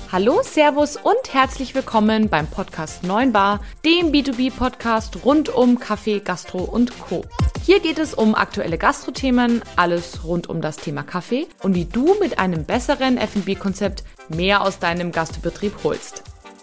Hallo, Servus und herzlich willkommen beim Podcast 9 Bar, dem B2B-Podcast rund um Kaffee, Gastro und Co. Hier geht es um aktuelle Gastrothemen, alles rund um das Thema Kaffee und wie du mit einem besseren F&B-Konzept mehr aus deinem Gastbetrieb holst.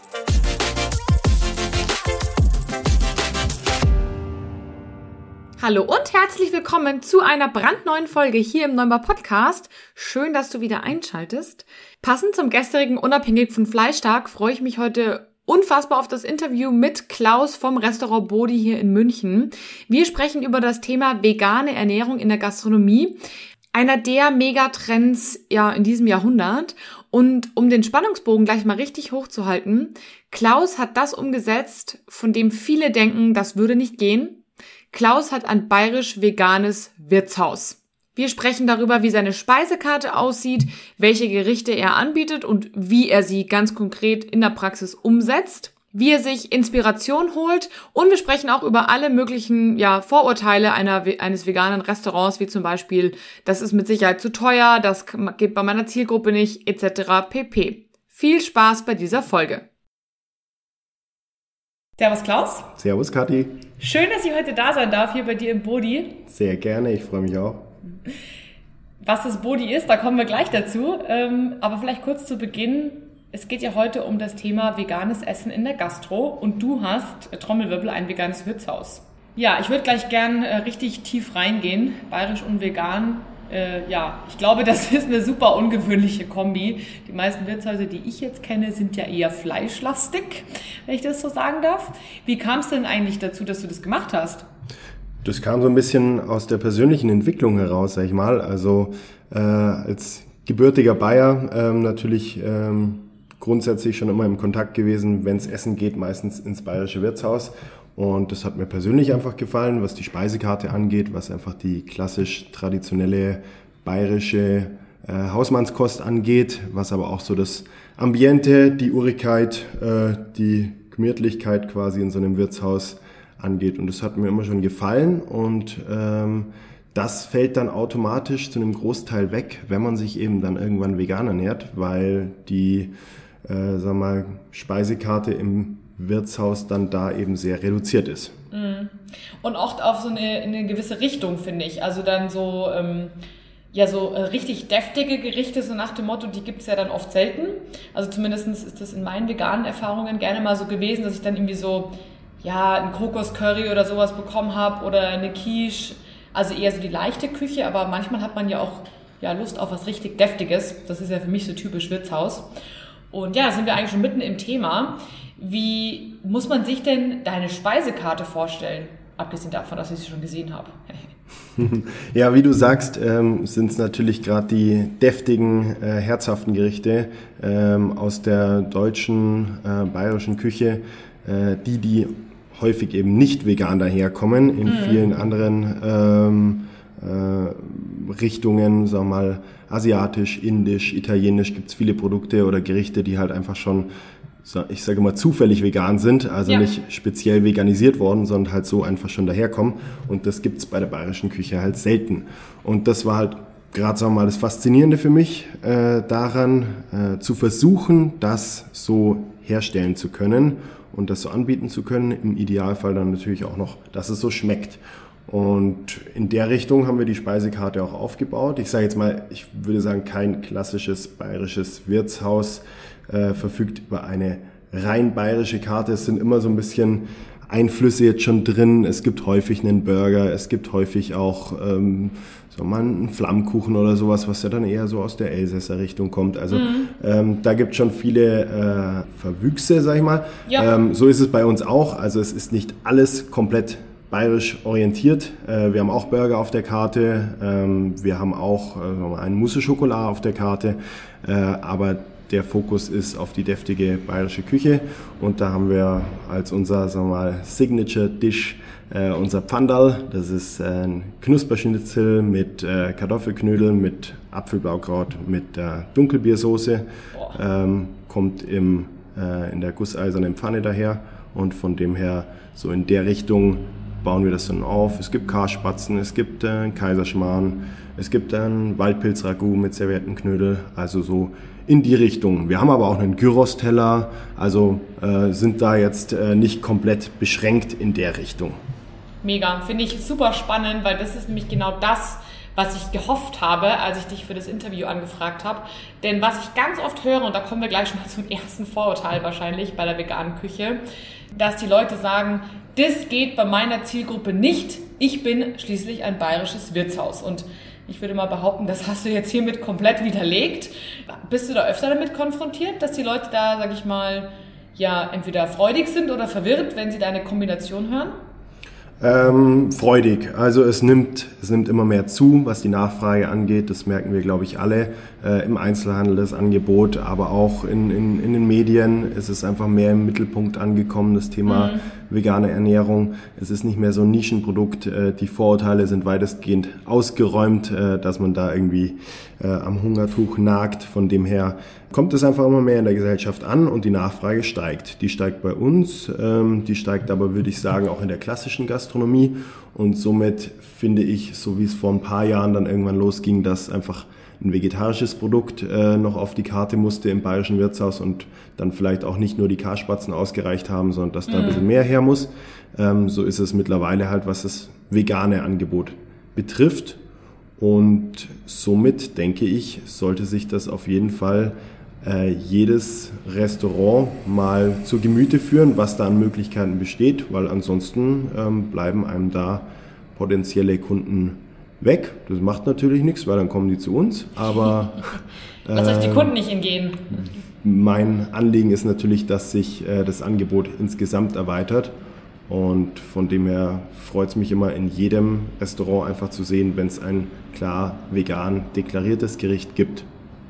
Hallo und herzlich willkommen zu einer brandneuen Folge hier im 9 Bar Podcast. Schön, dass du wieder einschaltest. Passend zum gestrigen Unabhängig von Fleischtag freue ich mich heute unfassbar auf das Interview mit Klaus vom Restaurant Bodi hier in München. Wir sprechen über das Thema vegane Ernährung in der Gastronomie, einer der Megatrends in diesem Jahrhundert. Und um den Spannungsbogen gleich mal richtig hochzuhalten, Klaus hat das umgesetzt, von dem viele denken, das würde nicht gehen. Klaus hat ein bayerisch-veganes Wirtshaus. Wir sprechen darüber, wie seine Speisekarte aussieht, welche Gerichte er anbietet und wie er sie ganz konkret in der Praxis umsetzt, wie er sich Inspiration holt und wir sprechen auch über alle möglichen Vorurteile eines veganen Restaurants, wie zum Beispiel, das ist mit Sicherheit zu teuer, das geht bei meiner Zielgruppe nicht, etc. pp. Viel Spaß bei dieser Folge. Servus Klaus. Servus Kathi. Schön, dass ich heute da sein darf, hier bei dir im Bodi. Sehr gerne, ich freue mich auch. Was das Bodi ist, da kommen wir gleich dazu. Aber vielleicht kurz zu Beginn. Es geht ja heute um das Thema veganes Essen in der Gastro und du hast, Trommelwirbel, ein veganes Wirtshaus. Ja, ich würde gleich gern richtig tief reingehen, bayerisch und vegan. Ich glaube, das ist eine super ungewöhnliche Kombi. Die meisten Wirtshäuser, die ich jetzt kenne, sind ja eher fleischlastig, wenn ich das so sagen darf. Wie kam es denn eigentlich dazu, dass du das gemacht hast? Das kam so ein bisschen aus der persönlichen Entwicklung heraus, sag ich mal. Also als gebürtiger Bayer natürlich grundsätzlich schon immer im Kontakt gewesen, wenn es essen geht, meistens ins bayerische Wirtshaus. Und das hat mir persönlich einfach gefallen, was die Speisekarte angeht, was einfach die klassisch traditionelle bayerische Hausmannskost angeht, was aber auch so das Ambiente, die Urigkeit, die Gemütlichkeit quasi in so einem Wirtshaus angeht. Und das hat mir immer schon gefallen und das fällt dann automatisch zu einem Großteil weg, wenn man sich eben dann irgendwann vegan ernährt, weil die Speisekarte im Wirtshaus dann da eben sehr reduziert ist. Und oft auf so eine gewisse Richtung, finde ich. Also dann so richtig deftige Gerichte, so nach dem Motto, die gibt's ja dann oft selten. Also zumindest ist das in meinen veganen Erfahrungen gerne mal so gewesen, dass ich dann irgendwie so, ein Kokoscurry oder sowas bekommen habe oder eine Quiche. Also eher so die leichte Küche, aber manchmal hat man ja auch Lust auf was richtig Deftiges. Das ist ja für mich so typisch Wirtshaus. Und da sind wir eigentlich schon mitten im Thema. Wie muss man sich denn deine Speisekarte vorstellen? Abgesehen davon, dass ich sie schon gesehen habe. Ja, wie du sagst, sind es natürlich gerade die deftigen, herzhaften Gerichte aus der deutschen, bayerischen Küche, die häufig eben nicht vegan daherkommen. In vielen anderen Richtungen, sagen wir mal, asiatisch, indisch, italienisch gibt es viele Produkte oder Gerichte, die halt einfach schon, ich sage mal, zufällig vegan sind, also nicht speziell veganisiert worden, sondern halt so einfach schon daherkommen. Und das gibt's bei der bayerischen Küche halt selten. Und das war halt gerade, sagen wir mal, das Faszinierende für mich daran, zu versuchen, das so herstellen zu können und das so anbieten zu können. Im Idealfall dann natürlich auch noch, dass es so schmeckt. Und in der Richtung haben wir die Speisekarte auch aufgebaut. Ich sage jetzt mal, ich würde sagen, kein klassisches bayerisches Wirtshaus verfügt über eine rein bayerische Karte. Es sind immer so ein bisschen Einflüsse jetzt schon drin. Es gibt häufig einen Burger, es gibt häufig auch einen Flammkuchen oder sowas, was ja dann eher so aus der Elsässer Richtung kommt. Also da gibt es schon viele Verwüchse, sag ich mal. Ja. So ist es bei uns auch. Also es ist nicht alles komplett bayerisch orientiert. Wir haben auch Burger auf der Karte. Wir haben auch einen Mousse Schokolade auf der Karte. Aber der Fokus ist auf die deftige bayerische Küche und da haben wir als unser, Signature Dish unser Pfandal. Das ist ein Knusperschnitzel mit Kartoffelknödeln, mit Apfelblaukraut, mit Dunkelbiersoße. Kommt in der gusseisernen Pfanne daher und von dem her so in der Richtung bauen wir das dann auf. Es gibt Karspatzen, es gibt Kaiserschmarrn, es gibt ein Waldpilzragout mit Serviettenknödel, also so in die Richtung. Wir haben aber auch einen Gyros-Teller, also sind da jetzt nicht komplett beschränkt in der Richtung. Mega, finde ich super spannend, weil das ist nämlich genau das, was ich gehofft habe, als ich dich für das Interview angefragt habe. Denn was ich ganz oft höre, und da kommen wir gleich schon mal zum ersten Vorurteil wahrscheinlich bei der veganen Küche, dass die Leute sagen, das geht bei meiner Zielgruppe nicht, ich bin schließlich ein bayerisches Wirtshaus. Und ich würde mal behaupten, das hast du jetzt hiermit komplett widerlegt. Bist du da öfter damit konfrontiert, dass die Leute da, sag ich mal, ja, entweder freudig sind oder verwirrt, wenn sie deine Kombination hören? Freudig. Also es nimmt immer mehr zu, was die Nachfrage angeht. Das merken wir, glaube ich, alle im Einzelhandel, das Angebot, aber auch in den Medien. Es ist einfach mehr im Mittelpunkt angekommen, das Thema vegane Ernährung. Es ist nicht mehr so ein Nischenprodukt. Die Vorurteile sind weitestgehend ausgeräumt, dass man da irgendwie am Hungertuch nagt. Von dem her kommt es einfach immer mehr in der Gesellschaft an und die Nachfrage steigt. Die steigt bei uns, die steigt aber, würde ich sagen, auch in der klassischen Gastronomie. Und somit finde ich, so wie es vor ein paar Jahren dann irgendwann losging, dass einfach ein vegetarisches Produkt noch auf die Karte musste im bayerischen Wirtshaus und dann vielleicht auch nicht nur die Karspatzen ausgereicht haben, sondern dass da ein bisschen mehr her muss. So ist es mittlerweile halt, was das vegane Angebot betrifft. Und somit, denke ich, sollte sich das auf jeden Fall jedes Restaurant mal zu Gemüte führen, was da an Möglichkeiten besteht, weil ansonsten bleiben einem da potenzielle Kunden weg. Das macht natürlich nichts, weil dann kommen die zu uns, aber lass euch die Kunden nicht entgehen. Mein Anliegen ist natürlich, dass sich das Angebot insgesamt erweitert und von dem her freut es mich immer in jedem Restaurant einfach zu sehen, wenn es ein klar vegan deklariertes Gericht gibt.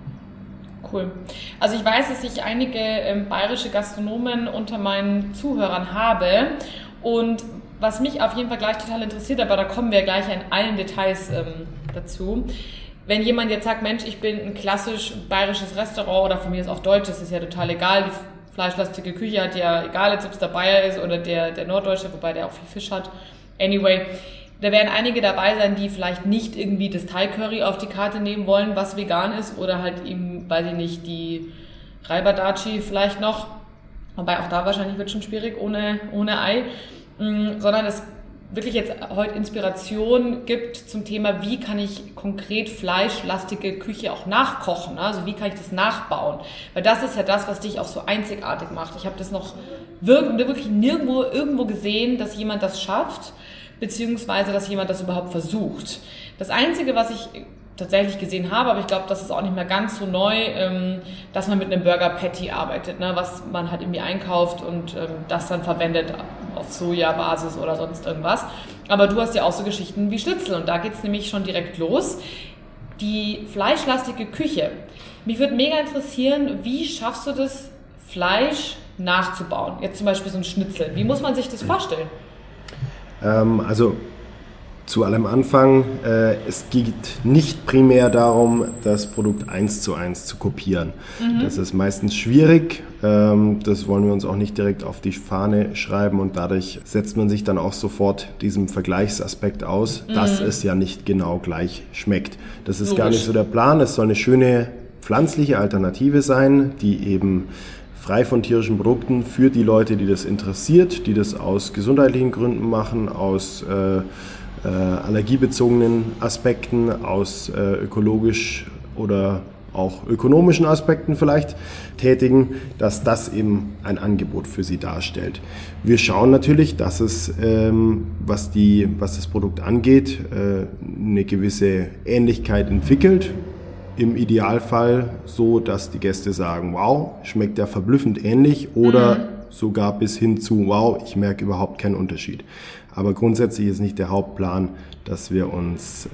Cool. Also ich weiß, dass ich einige bayerische Gastronomen unter meinen Zuhörern habe und was mich auf jeden Fall gleich total interessiert, aber da kommen wir gleich in allen Details dazu. Wenn jemand jetzt sagt, Mensch, ich bin ein klassisch bayerisches Restaurant oder von mir ist auch deutsch, das ist ja total egal, die fleischlastige Küche hat ja, egal jetzt ob es der Bayer ist oder der Norddeutsche, wobei der auch viel Fisch hat. Anyway, da werden einige dabei sein, die vielleicht nicht irgendwie das Thai-Curry auf die Karte nehmen wollen, was vegan ist, oder halt eben, weiß ich nicht, die Reibadachi vielleicht noch, wobei auch da wahrscheinlich wird schon schwierig ohne Ei, sondern es wirklich jetzt heute Inspiration gibt zum Thema, wie kann ich konkret fleischlastige Küche auch nachkochen, also wie kann ich das nachbauen, weil das ist ja das, was dich auch so einzigartig macht. Ich habe das noch wirklich nirgendwo irgendwo gesehen, dass jemand das schafft, beziehungsweise dass jemand das überhaupt versucht. Das Einzige, was ich tatsächlich gesehen habe, aber ich glaube, das ist auch nicht mehr ganz so neu, dass man mit einem Burger Patty arbeitet, ne, was man halt irgendwie einkauft und das dann verwendet auf Sojabasis oder sonst irgendwas. Aber du hast ja auch so Geschichten wie Schnitzel und da geht es nämlich schon direkt los. Die fleischlastige Küche. Mich würde mega interessieren, wie schaffst du das, Fleisch nachzubauen? Jetzt zum Beispiel so ein Schnitzel. Wie muss man sich das vorstellen? Also zu allem Anfang, es geht nicht primär darum, das Produkt 1:1 zu kopieren. Das ist meistens schwierig, das wollen wir uns auch nicht direkt auf die Fahne schreiben und dadurch setzt man sich dann auch sofort diesem Vergleichsaspekt aus, dass es ja nicht genau gleich schmeckt. Das ist gar nicht so der Plan, es soll eine schöne pflanzliche Alternative sein, die eben frei von tierischen Produkten für die Leute, die das interessiert, die das aus gesundheitlichen Gründen machen, aus allergiebezogenen Aspekten, aus ökologisch oder auch ökonomischen Aspekten vielleicht tätigen, dass das eben ein Angebot für sie darstellt. Wir schauen natürlich, dass es, was das Produkt angeht, eine gewisse Ähnlichkeit entwickelt. Im Idealfall so, dass die Gäste sagen, wow, schmeckt ja verblüffend ähnlich oder sogar bis hin zu, wow, ich merke überhaupt keinen Unterschied. Aber grundsätzlich ist nicht der Hauptplan, dass wir uns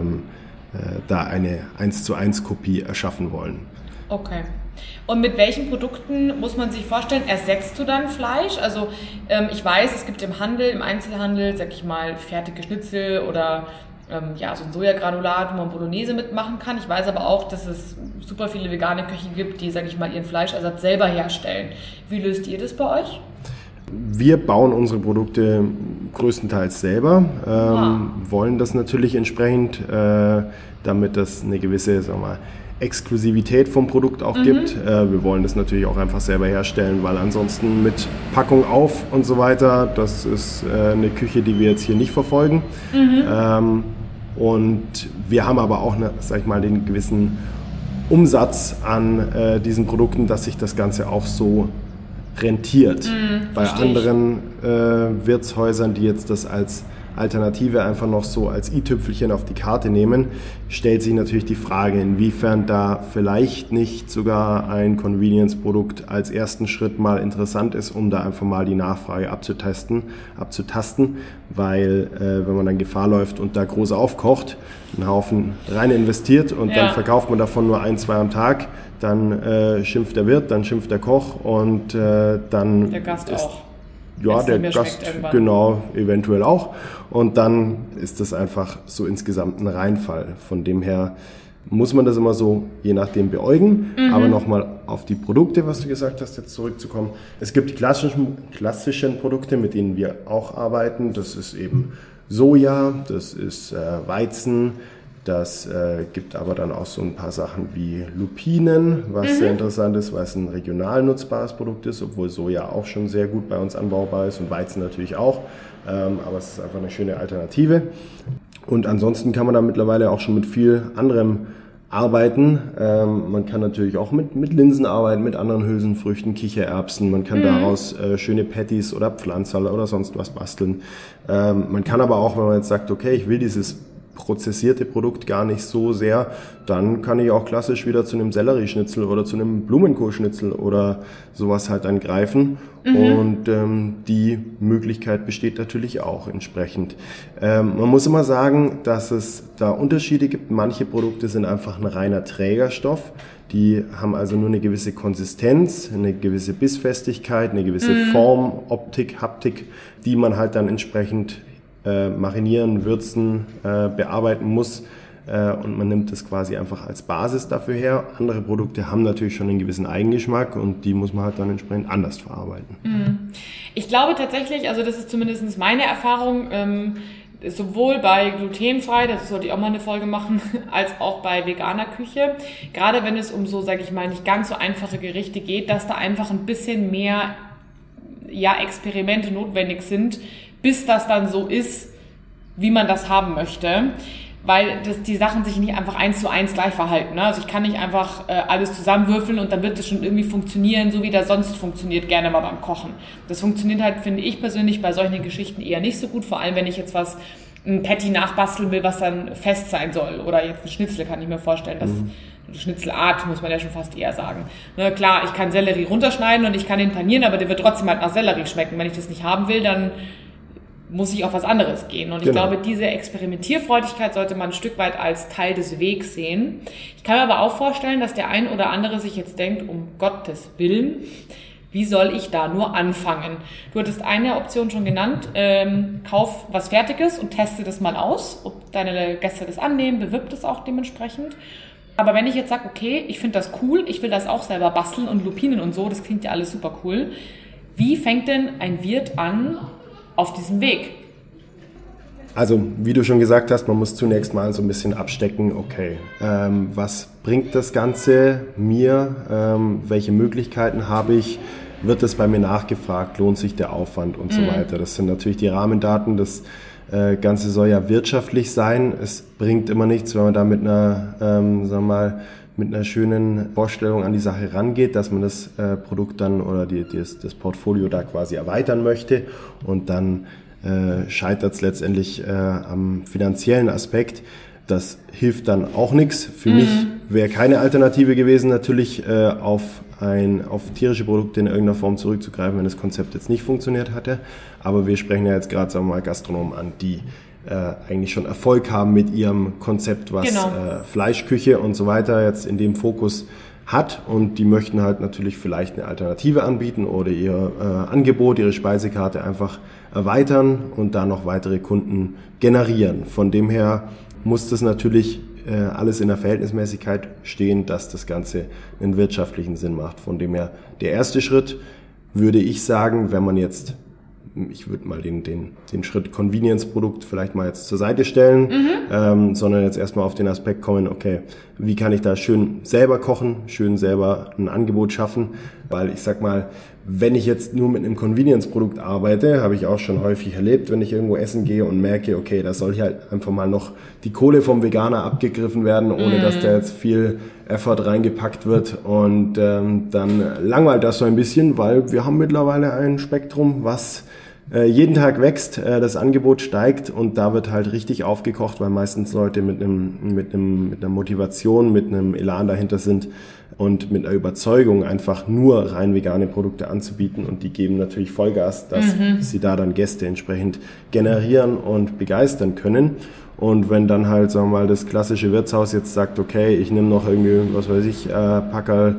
da eine 1:1 Kopie erschaffen wollen. Okay. Und mit welchen Produkten muss man sich vorstellen, ersetzt du dann Fleisch? Also ich weiß, es gibt im Handel, im Einzelhandel, sag ich mal, fertige Schnitzel oder so ein Sojagranulat, wo man Bolognese mitmachen kann. Ich weiß aber auch, dass es super viele vegane Köche gibt, die, sag ich mal, ihren Fleischersatz selber herstellen. Wie löst ihr das bei euch? Wir bauen unsere Produkte größtenteils selber, wollen das natürlich entsprechend, damit das eine gewisse, sagen wir mal, Exklusivität vom Produkt auch gibt. Wir wollen das natürlich auch einfach selber herstellen, weil ansonsten mit Packung auf und so weiter, das ist eine Küche, die wir jetzt hier nicht verfolgen. Und wir haben aber auch, sag ich mal, den gewissen Umsatz an diesen Produkten, dass sich das Ganze auch so rentiert. Bei anderen Wirtshäusern, die jetzt das als Alternative einfach noch so als i-Tüpfelchen auf die Karte nehmen, stellt sich natürlich die Frage, inwiefern da vielleicht nicht sogar ein Convenience-Produkt als ersten Schritt mal interessant ist, um da einfach mal die Nachfrage abzutasten, weil wenn man dann Gefahr läuft und da groß aufkocht, einen Haufen rein investiert und dann verkauft man davon nur 1, 2 am Tag, dann schimpft der Wirt, dann schimpft der Koch und dann der Gast auch. Ja, der Gast, genau, eventuell auch. Und dann ist das einfach so insgesamt ein Reinfall. Von dem her muss man das immer so je nachdem beäugen. Aber nochmal auf die Produkte, was du gesagt hast, jetzt zurückzukommen. Es gibt die klassischen Produkte, mit denen wir auch arbeiten. Das ist eben Soja, das ist Weizen. Das gibt aber dann auch so ein paar Sachen wie Lupinen, was sehr interessant ist, weil es ein regional nutzbares Produkt ist, obwohl Soja auch schon sehr gut bei uns anbaubar ist und Weizen natürlich auch. Aber es ist einfach eine schöne Alternative. Und ansonsten kann man da mittlerweile auch schon mit viel anderem arbeiten. Man kann natürlich auch mit Linsen arbeiten, mit anderen Hülsenfrüchten, Kichererbsen. Man kann daraus schöne Patties oder Pflanzerl oder sonst was basteln. Man kann aber auch, wenn man jetzt sagt, okay, ich will dieses prozessierte Produkt gar nicht so sehr, dann kann ich auch klassisch wieder zu einem Sellerieschnitzel oder zu einem Blumenkohlschnitzel oder sowas halt dann greifen. Und die Möglichkeit besteht natürlich auch entsprechend. Man muss immer sagen, dass es da Unterschiede gibt. Manche Produkte sind einfach ein reiner Trägerstoff. Die haben also nur eine gewisse Konsistenz, eine gewisse Bissfestigkeit, eine gewisse Form, Optik, Haptik, die man halt dann entsprechend marinieren, würzen, bearbeiten muss und man nimmt das quasi einfach als Basis dafür her. Andere Produkte haben natürlich schon einen gewissen Eigengeschmack und die muss man halt dann entsprechend anders verarbeiten. Ich glaube tatsächlich, also das ist zumindest meine Erfahrung, sowohl bei glutenfrei, das sollte ich auch mal eine Folge machen, als auch bei veganer Küche, gerade wenn es um so, sage ich mal, nicht ganz so einfache Gerichte geht, dass da einfach ein bisschen mehr Experimente notwendig sind, bis das dann so ist, wie man das haben möchte, weil die Sachen sich nicht einfach 1:1 gleich verhalten. Ne? Also ich kann nicht einfach alles zusammenwürfeln und dann wird es schon irgendwie funktionieren, so wie das sonst funktioniert, gerne mal beim Kochen. Das funktioniert halt, finde ich persönlich, bei solchen Geschichten eher nicht so gut, vor allem wenn ich jetzt ein Patty nachbasteln will, was dann fest sein soll, oder jetzt ein Schnitzel, kann ich mir vorstellen, dass Schnitzelart, muss man ja schon fast eher sagen. Ne, klar, ich kann Sellerie runterschneiden und ich kann den panieren, aber der wird trotzdem halt nach Sellerie schmecken. Wenn ich das nicht haben will, dann muss ich auf was anderes gehen. Und ich glaube, diese Experimentierfreudigkeit sollte man ein Stück weit als Teil des Wegs sehen. Ich kann mir aber auch vorstellen, dass der ein oder andere sich jetzt denkt, um Gottes Willen, wie soll ich da nur anfangen? Du hattest eine Option schon genannt, kauf was Fertiges und teste das mal aus, ob deine Gäste das annehmen, bewirb das auch dementsprechend. Aber wenn ich jetzt sage, okay, ich finde das cool, ich will das auch selber basteln und Lupinen und so, das klingt ja alles super cool. Wie fängt denn ein Wirt an auf diesem Weg? Also, wie du schon gesagt hast, man muss zunächst mal so ein bisschen abstecken, okay, was bringt das Ganze mir, welche Möglichkeiten habe ich, wird das bei mir nachgefragt, lohnt sich der Aufwand und so weiter. Das sind natürlich die Rahmendaten, das Ganze soll ja wirtschaftlich sein, es bringt immer nichts, wenn man da mit einer schönen Vorstellung an die Sache rangeht, dass man das Produkt dann oder das Portfolio da quasi erweitern möchte und dann scheitert es letztendlich am finanziellen Aspekt. Das hilft dann auch nichts. Für mich wäre keine Alternative gewesen, natürlich auf tierische Produkte in irgendeiner Form zurückzugreifen, wenn das Konzept jetzt nicht funktioniert hatte. Aber wir sprechen ja jetzt gerade, sagen wir mal, Gastronomen an, die eigentlich schon Erfolg haben mit ihrem Konzept, was Fleischküche und so weiter jetzt in dem Fokus hat, und die möchten halt natürlich vielleicht eine Alternative anbieten oder ihr Angebot, ihre Speisekarte einfach erweitern und da noch weitere Kunden generieren. Von dem her muss das natürlich alles in der Verhältnismäßigkeit stehen, dass das Ganze einen wirtschaftlichen Sinn macht. Von dem her der erste Schritt, würde ich sagen, wenn man jetzt ich würde mal den Schritt Convenience-Produkt vielleicht mal jetzt zur Seite stellen, sondern jetzt erstmal auf den Aspekt kommen, okay, wie kann ich da schön selber kochen, schön selber ein Angebot schaffen, weil ich sag mal, wenn ich jetzt nur mit einem Convenience-Produkt arbeite, habe ich auch schon häufig erlebt, wenn ich irgendwo essen gehe und merke, okay, da soll hier halt einfach mal noch die Kohle vom Veganer abgegriffen werden, ohne dass da jetzt viel Effort reingepackt wird und dann langweilt das so ein bisschen, weil wir haben mittlerweile ein Spektrum, was jeden Tag wächst, das Angebot steigt und da wird halt richtig aufgekocht, weil meistens Leute mit einer Motivation, mit einem Elan dahinter sind und mit einer Überzeugung einfach nur rein vegane Produkte anzubieten und die geben natürlich Vollgas, dass sie da dann Gäste entsprechend generieren und begeistern können. Und wenn dann halt, sagen wir mal, das klassische Wirtshaus jetzt sagt, okay, ich nehme noch irgendwie, was weiß ich, Packerl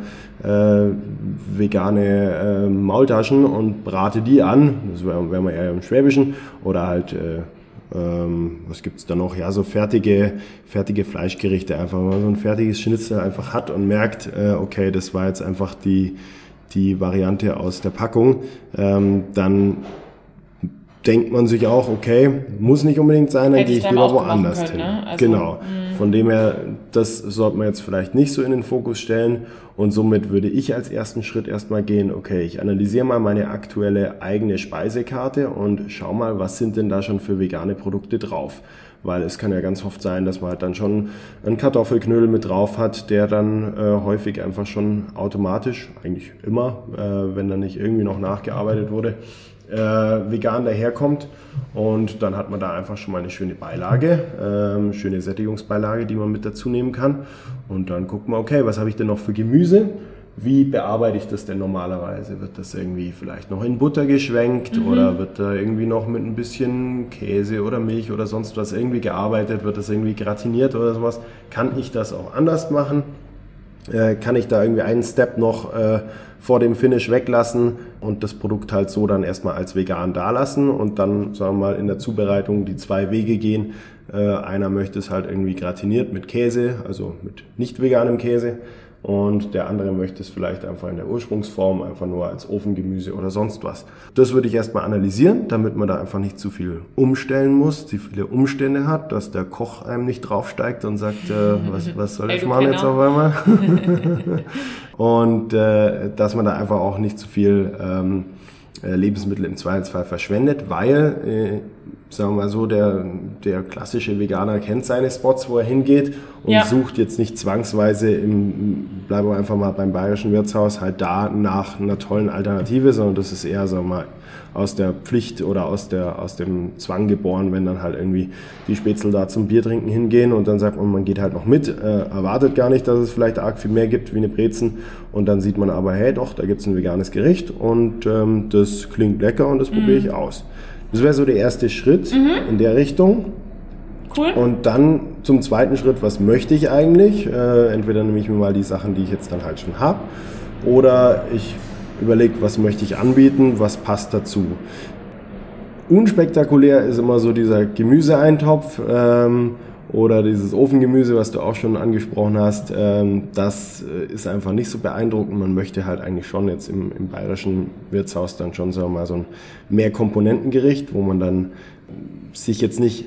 vegane Maultaschen und brate die an, das wären wir eher im Schwäbischen, oder halt, was gibt's da noch, ja, so fertige Fleischgerichte, einfach mal so ein fertiges Schnitzel einfach hat und merkt, okay, das war jetzt einfach die Variante aus der Packung, dann denkt man sich auch, okay, muss nicht unbedingt sein, dann gehe ich lieber woanders hin. Ne? Also, genau. Von dem her, das sollte man jetzt vielleicht nicht so in den Fokus stellen und somit würde ich als ersten Schritt erstmal gehen, okay, ich analysiere mal meine aktuelle eigene Speisekarte und schau mal, was sind denn da schon für vegane Produkte drauf. Weil es kann ja ganz oft sein, dass man halt dann schon einen Kartoffelknödel mit drauf hat, der dann häufig einfach schon automatisch, eigentlich immer, wenn dann nicht irgendwie noch nachgearbeitet wurde, vegan daherkommt und dann hat man da einfach schon mal eine schöne Beilage, schöne Sättigungsbeilage, die man mit dazu nehmen kann und dann guckt man, okay, was habe ich denn noch für Gemüse, wie bearbeite ich das denn normalerweise, wird das irgendwie vielleicht noch in Butter geschwenkt oder wird da irgendwie noch mit ein bisschen Käse oder Milch oder sonst was irgendwie gearbeitet, wird das irgendwie gratiniert oder sowas, kann ich das auch anders machen? Kann ich da irgendwie einen Step noch vor dem Finish weglassen und das Produkt halt so dann erstmal als vegan dalassen und dann, sagen wir mal, in der Zubereitung die 2 Wege gehen. Einer möchte es halt irgendwie gratiniert mit Käse, also mit nicht veganem Käse und der andere möchte es vielleicht einfach in der Ursprungsform, einfach nur als Ofengemüse oder sonst was. Das würde ich erstmal analysieren, damit man da einfach nicht zu viel umstellen muss, zu viele Umstände hat, dass der Koch einem nicht draufsteigt und sagt, was soll ich machen jetzt auf einmal? Und dass man da einfach auch nicht zu viel Lebensmittel im Zweifelsfall verschwendet, weil, sagen wir mal so, der klassische Veganer kennt seine Spots, wo er hingeht und sucht jetzt nicht zwangsweise bleiben wir einfach mal beim bayerischen Wirtshaus, halt da nach einer tollen Alternative, sondern das ist eher, sagen wir mal, aus der Pflicht oder aus dem Zwang geboren, wenn dann halt irgendwie die Spätzl da zum Biertrinken hingehen und dann sagt man geht halt noch mit, erwartet gar nicht, dass es vielleicht arg viel mehr gibt wie eine Brezen und dann sieht man aber, hey doch, da gibt's ein veganes Gericht und das klingt lecker und das probiere ich aus. Das wäre so der erste Schritt in der Richtung. Cool. Und dann zum zweiten Schritt, was möchte ich eigentlich? Entweder nehme ich mir mal die Sachen, die ich jetzt dann halt schon habe, oder ich überlege, was möchte ich anbieten, was passt dazu. Unspektakulär ist immer so dieser Gemüseeintopf oder dieses Ofengemüse, was du auch schon angesprochen hast. Das ist einfach nicht so beeindruckend. Man möchte halt eigentlich schon jetzt im bayerischen Wirtshaus dann schon, sagen wir mal, so ein Mehrkomponentengericht, wo man dann sich jetzt nicht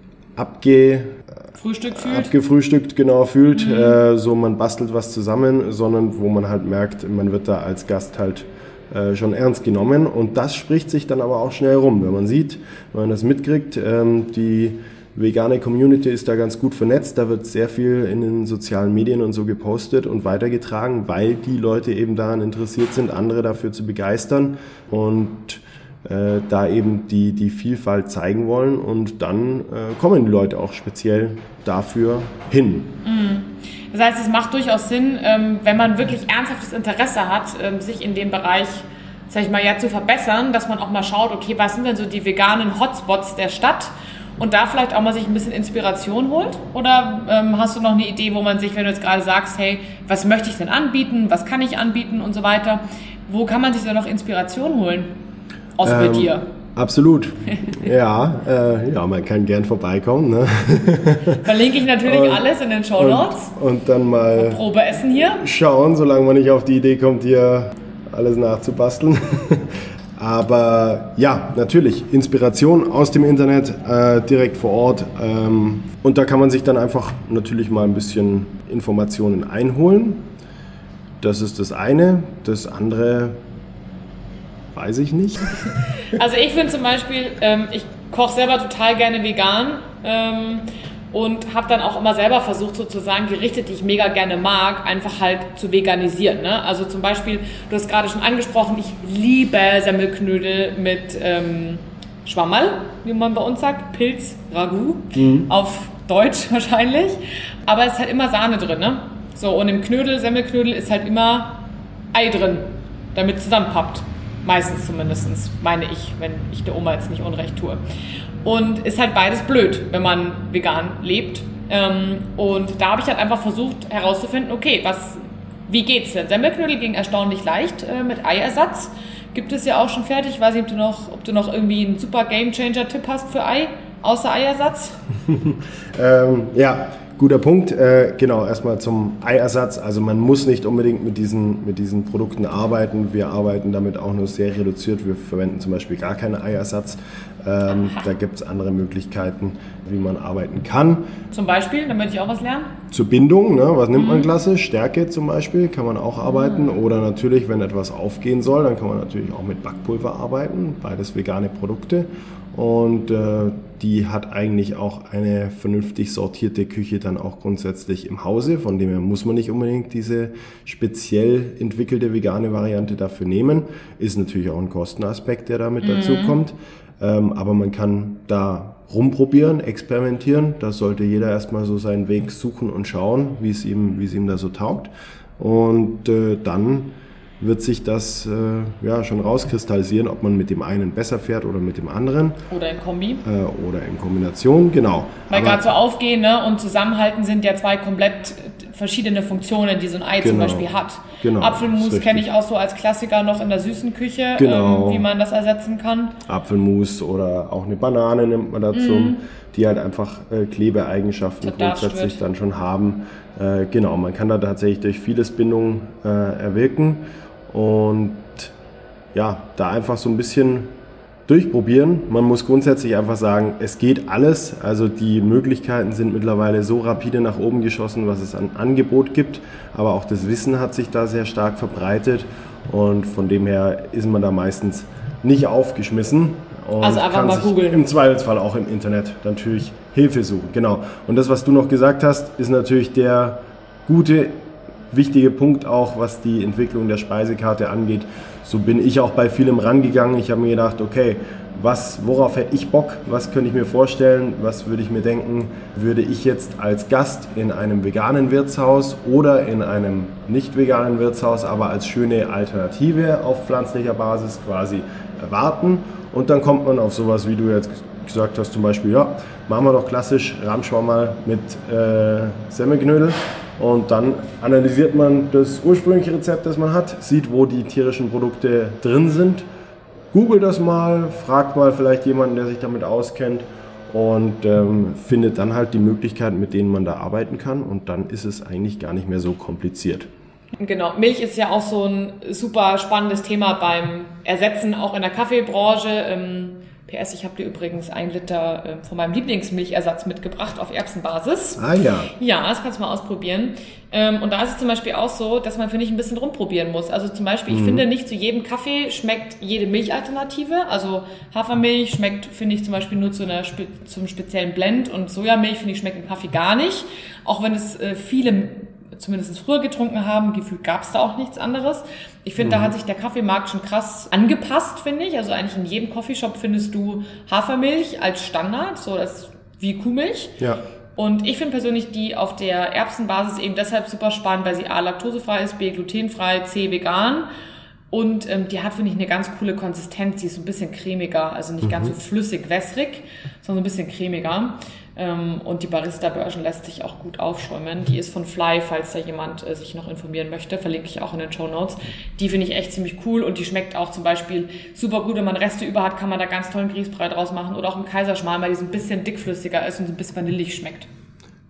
abgefrühstückt genau fühlt, so man bastelt was zusammen, sondern wo man halt merkt, man wird da als Gast halt schon ernst genommen und das spricht sich dann aber auch schnell rum, wenn man sieht, wenn man das mitkriegt, die vegane Community ist da ganz gut vernetzt, da wird sehr viel in den sozialen Medien und so gepostet und weitergetragen, weil die Leute eben daran interessiert sind, andere dafür zu begeistern und da eben die Vielfalt zeigen wollen und dann kommen die Leute auch speziell dafür hin. Das heißt, es macht durchaus Sinn, wenn man wirklich ernsthaftes Interesse hat, sich in dem Bereich, sag ich mal, zu verbessern, dass man auch mal schaut, okay, was sind denn so die veganen Hotspots der Stadt und da vielleicht auch mal sich ein bisschen Inspiration holt? Oder hast du noch eine Idee, wo man sich, wenn du jetzt gerade sagst, hey, was möchte ich denn anbieten, was kann ich anbieten und so weiter, wo kann man sich da noch Inspiration holen? Außer bei dir. Absolut. Ja, man kann gern vorbeikommen. Ne? Verlinke ich natürlich alles in den Shownotes. Und dann mal Probeessen hier. Schauen, solange man nicht auf die Idee kommt, hier alles nachzubasteln. Aber ja, natürlich, Inspiration aus dem Internet, direkt vor Ort. Und da kann man sich dann einfach natürlich mal ein bisschen Informationen einholen. Das ist das eine. Das andere weiß ich nicht. Also ich finde zum Beispiel, ich koche selber total gerne vegan. Und habe dann auch immer selber versucht, sozusagen Gerichte, die ich mega gerne mag, einfach halt zu veganisieren. Ne? Also zum Beispiel, du hast gerade schon angesprochen, ich liebe Semmelknödel mit Schwammerl, wie man bei uns sagt, Pilz, Ragout, auf Deutsch wahrscheinlich. Aber es ist halt immer Sahne drin. Ne? So, und im Semmelknödel ist halt immer Ei drin, damit es zusammenpappt. Meistens zumindest, meine ich, wenn ich der Oma jetzt nicht Unrecht tue. Und ist halt beides blöd, wenn man vegan lebt. Und da habe ich halt einfach versucht herauszufinden, okay, wie geht's denn? Semmelknödel ging erstaunlich leicht mit Eiersatz. Gibt es ja auch schon fertig. Ich weiß nicht, ob du noch irgendwie einen super Game-Changer-Tipp hast für Ei, außer Eiersatz? Ja, guter Punkt. Genau, erstmal zum Eiersatz. Also man muss nicht unbedingt mit diesen Produkten arbeiten. Wir arbeiten damit auch nur sehr reduziert. Wir verwenden zum Beispiel gar keinen Eiersatz. Da gibt es andere Möglichkeiten, wie man arbeiten kann. Zum Beispiel, damit ich auch was lernen? Zur Bindung, ne? Was nimmt man klassisch? Stärke zum Beispiel, kann man auch arbeiten. Oder natürlich, wenn etwas aufgehen soll, dann kann man natürlich auch mit Backpulver arbeiten. Beides vegane Produkte. Und die hat eigentlich auch eine vernünftig sortierte Küche dann auch grundsätzlich im Hause. Von dem her muss man nicht unbedingt diese speziell entwickelte vegane Variante dafür nehmen. Ist natürlich auch ein Kostenaspekt, der damit dazu kommt. Aber man kann da rumprobieren, experimentieren. Da sollte jeder erstmal so seinen Weg suchen und schauen, wie es ihm da so taugt. Und dann wird sich das schon rauskristallisieren, ob man mit dem einen besser fährt oder mit dem anderen. Oder in Kombi. Oder in Kombination, genau. Weil gerade so Aufgehen, ne, und Zusammenhalten sind ja zwei komplett verschiedene Funktionen, die so ein Ei zum Beispiel hat. Genau, Apfelmus kenne ich auch so als Klassiker noch in der süßen Küche, wie man das ersetzen kann. Apfelmus oder auch eine Banane nimmt man dazu, die halt einfach Klebeeigenschaften grundsätzlich dann schon haben. Genau, man kann da tatsächlich durch vieles Bindung erwirken. Und ja, da einfach so ein bisschen durchprobieren. Man muss grundsätzlich einfach sagen, es geht alles. Also die Möglichkeiten sind mittlerweile so rapide nach oben geschossen, was es an Angebot gibt. Aber auch das Wissen hat sich da sehr stark verbreitet. Und von dem her ist man da meistens nicht aufgeschmissen. Und also einfach mal googeln. Im Zweifelsfall auch im Internet natürlich Hilfe suchen. Genau. Und das, was du noch gesagt hast, ist natürlich der gute, wichtige Punkt auch, was die Entwicklung der Speisekarte angeht. So bin ich auch bei vielem rangegangen. Ich habe mir gedacht, okay, worauf hätte ich Bock? Was könnte ich mir vorstellen? Was würde ich mir denken, würde ich jetzt als Gast in einem veganen Wirtshaus oder in einem nicht veganen Wirtshaus, aber als schöne Alternative auf pflanzlicher Basis quasi erwarten? Und dann kommt man auf sowas, wie du jetzt gesagt hast, zum Beispiel, ja, machen wir doch klassisch Rahmschwammerl mit Semmelknödel. Und dann analysiert man das ursprüngliche Rezept, das man hat, sieht, wo die tierischen Produkte drin sind, googelt das mal, fragt mal vielleicht jemanden, der sich damit auskennt und findet dann halt die Möglichkeiten, mit denen man da arbeiten kann. Und dann ist es eigentlich gar nicht mehr so kompliziert. Genau, Milch ist ja auch so ein super spannendes Thema beim Ersetzen, auch in der Kaffeebranche. PS, ich habe dir übrigens 1 Liter von meinem Lieblingsmilchersatz mitgebracht auf Erbsenbasis. Ah ja. Ja, das kannst du mal ausprobieren. Und da ist es zum Beispiel auch so, dass man, finde ich, ein bisschen rumprobieren muss. Also zum Beispiel, ich finde, nicht zu jedem Kaffee schmeckt jede Milchalternative. Also Hafermilch schmeckt, finde ich, zum Beispiel nur zum speziellen Blend. Und Sojamilch, finde ich, schmeckt im Kaffee gar nicht. Auch wenn es viele zumindest früher getrunken haben, gefühlt gab es da auch nichts anderes. Ich finde, da hat sich der Kaffeemarkt schon krass angepasst, finde ich. Also eigentlich in jedem Coffeeshop findest du Hafermilch als Standard, so das wie Kuhmilch. Ja. Und ich finde persönlich die auf der Erbsenbasis eben deshalb super spannend, weil sie A, laktosefrei ist, B, glutenfrei, C, vegan. Und die hat, finde ich, eine ganz coole Konsistenz. Die ist so ein bisschen cremiger, also nicht ganz so flüssig, wässrig, sondern ein bisschen cremiger. Und die Barista-Version lässt sich auch gut aufschäumen. Die ist von Fly, falls da jemand sich noch informieren möchte, verlinke ich auch in den Shownotes. Die finde ich echt ziemlich cool und die schmeckt auch zum Beispiel super gut. Wenn man Reste über hat, kann man da ganz tollen Grießbrei draus machen oder auch im Kaiserschmarrn, weil die so ein bisschen dickflüssiger ist und so ein bisschen vanillig schmeckt.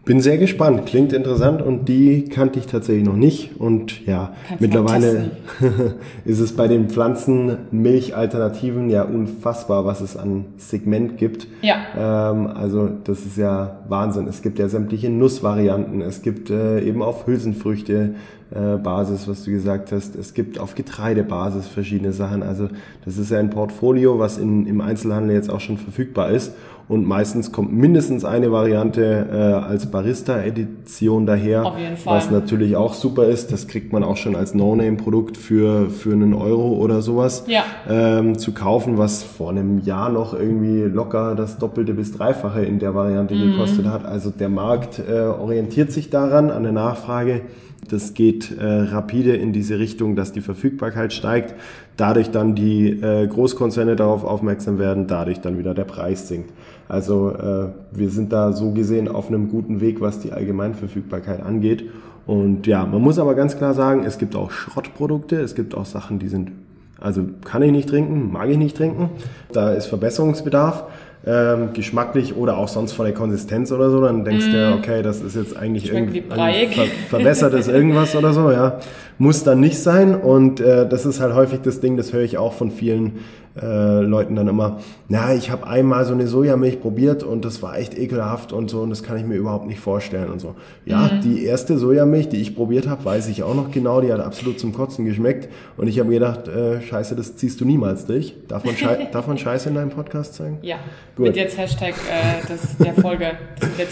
Bin sehr gespannt, klingt interessant und die kannte ich tatsächlich noch nicht und ja, mittlerweile ist es bei den Pflanzenmilch-Alternativen ja unfassbar, was es an Segment gibt. Ja. Also das ist ja Wahnsinn. Es gibt ja sämtliche Nussvarianten, es gibt eben auf Hülsenfrüchte Basis, was du gesagt hast, es gibt auf Getreidebasis verschiedene Sachen. Also das ist ja ein Portfolio, was im Einzelhandel jetzt auch schon verfügbar ist. Und meistens kommt mindestens eine Variante als Barista-Edition daher. Auf jeden Fall. Was natürlich auch super ist. Das kriegt man auch schon als No-Name-Produkt für einen Euro oder sowas zu kaufen, was vor einem Jahr noch irgendwie locker das Doppelte bis Dreifache in der Variante gekostet hat. Also der Markt orientiert sich daran, an der Nachfrage. Das geht rapide in diese Richtung, dass die Verfügbarkeit steigt, dadurch dann die Großkonzerne darauf aufmerksam werden, dadurch dann wieder der Preis sinkt. Also wir sind da so gesehen auf einem guten Weg, was die Allgemeinverfügbarkeit angeht. Und ja, man muss aber ganz klar sagen, es gibt auch Schrottprodukte, es gibt auch Sachen, die sind, also kann ich nicht trinken, mag ich nicht trinken, da ist Verbesserungsbedarf. Geschmacklich oder auch sonst von der Konsistenz oder so, dann denkst du, okay, das ist jetzt eigentlich irgendwie verbessertes irgendwas oder so, ja. Muss dann nicht sein und das ist halt häufig das Ding, das höre ich auch von vielen Leuten dann immer, na, ich habe einmal so eine Sojamilch probiert und das war echt ekelhaft und so und das kann ich mir überhaupt nicht vorstellen und so. Ja, die erste Sojamilch, die ich probiert habe, weiß ich auch noch genau, die hat absolut zum Kotzen geschmeckt und ich habe mir gedacht, scheiße, das ziehst du niemals durch. Darf man Scheiße in deinem Podcast sagen? Ja, gut. Mit jetzt Hashtag der Folge, das ist der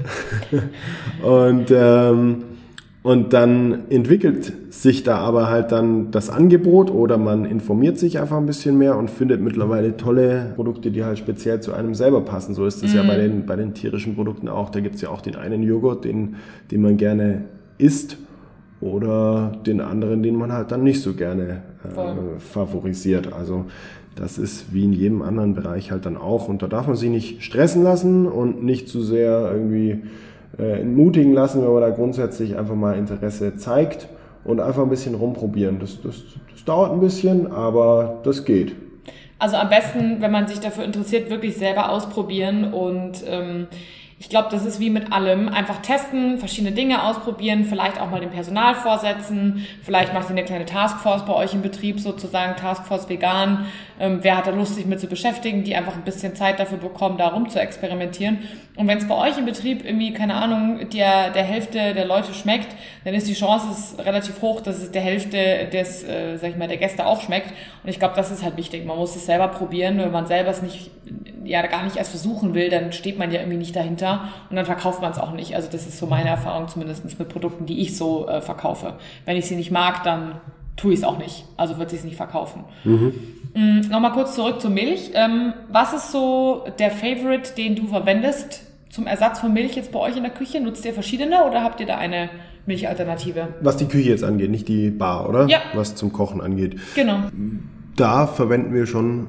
Titel. Und dann entwickelt sich da aber halt dann das Angebot oder man informiert sich einfach ein bisschen mehr und findet mittlerweile tolle Produkte, die halt speziell zu einem selber passen. So ist es ja bei den tierischen Produkten auch. Da gibt's ja auch den einen Joghurt, den man gerne isst oder den anderen, den man halt dann nicht so gerne favorisiert. Also das ist wie in jedem anderen Bereich halt dann auch. Und da darf man sich nicht stressen lassen und nicht zu sehr irgendwie entmutigen lassen, wenn man da grundsätzlich einfach mal Interesse zeigt und einfach ein bisschen rumprobieren. Das dauert ein bisschen, aber das geht. Also am besten, wenn man sich dafür interessiert, wirklich selber ausprobieren und ich glaube, das ist wie mit allem. Einfach testen, verschiedene Dinge ausprobieren, vielleicht auch mal dem Personal vorsetzen. Vielleicht macht ihr eine kleine Taskforce bei euch im Betrieb sozusagen, Taskforce Vegan. Wer hat da Lust, sich mit zu beschäftigen, die einfach ein bisschen Zeit dafür bekommen, da rum zu experimentieren. Und wenn es bei euch im Betrieb irgendwie, keine Ahnung, der Hälfte der Leute schmeckt, dann ist die Chance relativ hoch, dass es der Hälfte des, der Gäste auch schmeckt. Und ich glaube, das ist halt wichtig. Man muss es selber probieren. Wenn man selber es nicht, gar nicht erst versuchen will, dann steht man ja irgendwie nicht dahinter und dann verkauft man es auch nicht. Also das ist so meine Erfahrung zumindest mit Produkten, die ich so verkaufe. Wenn ich sie nicht mag, dann tue ich es auch nicht. Also wird sie es nicht verkaufen. Nochmal kurz zurück zur Milch. Was ist so der Favorite, den du verwendest zum Ersatz von Milch jetzt bei euch in der Küche? Nutzt ihr verschiedene oder habt ihr da eine Milchalternative? Was die Küche jetzt angeht, nicht die Bar, oder? Ja. Was zum Kochen angeht. Genau. Da verwenden wir schon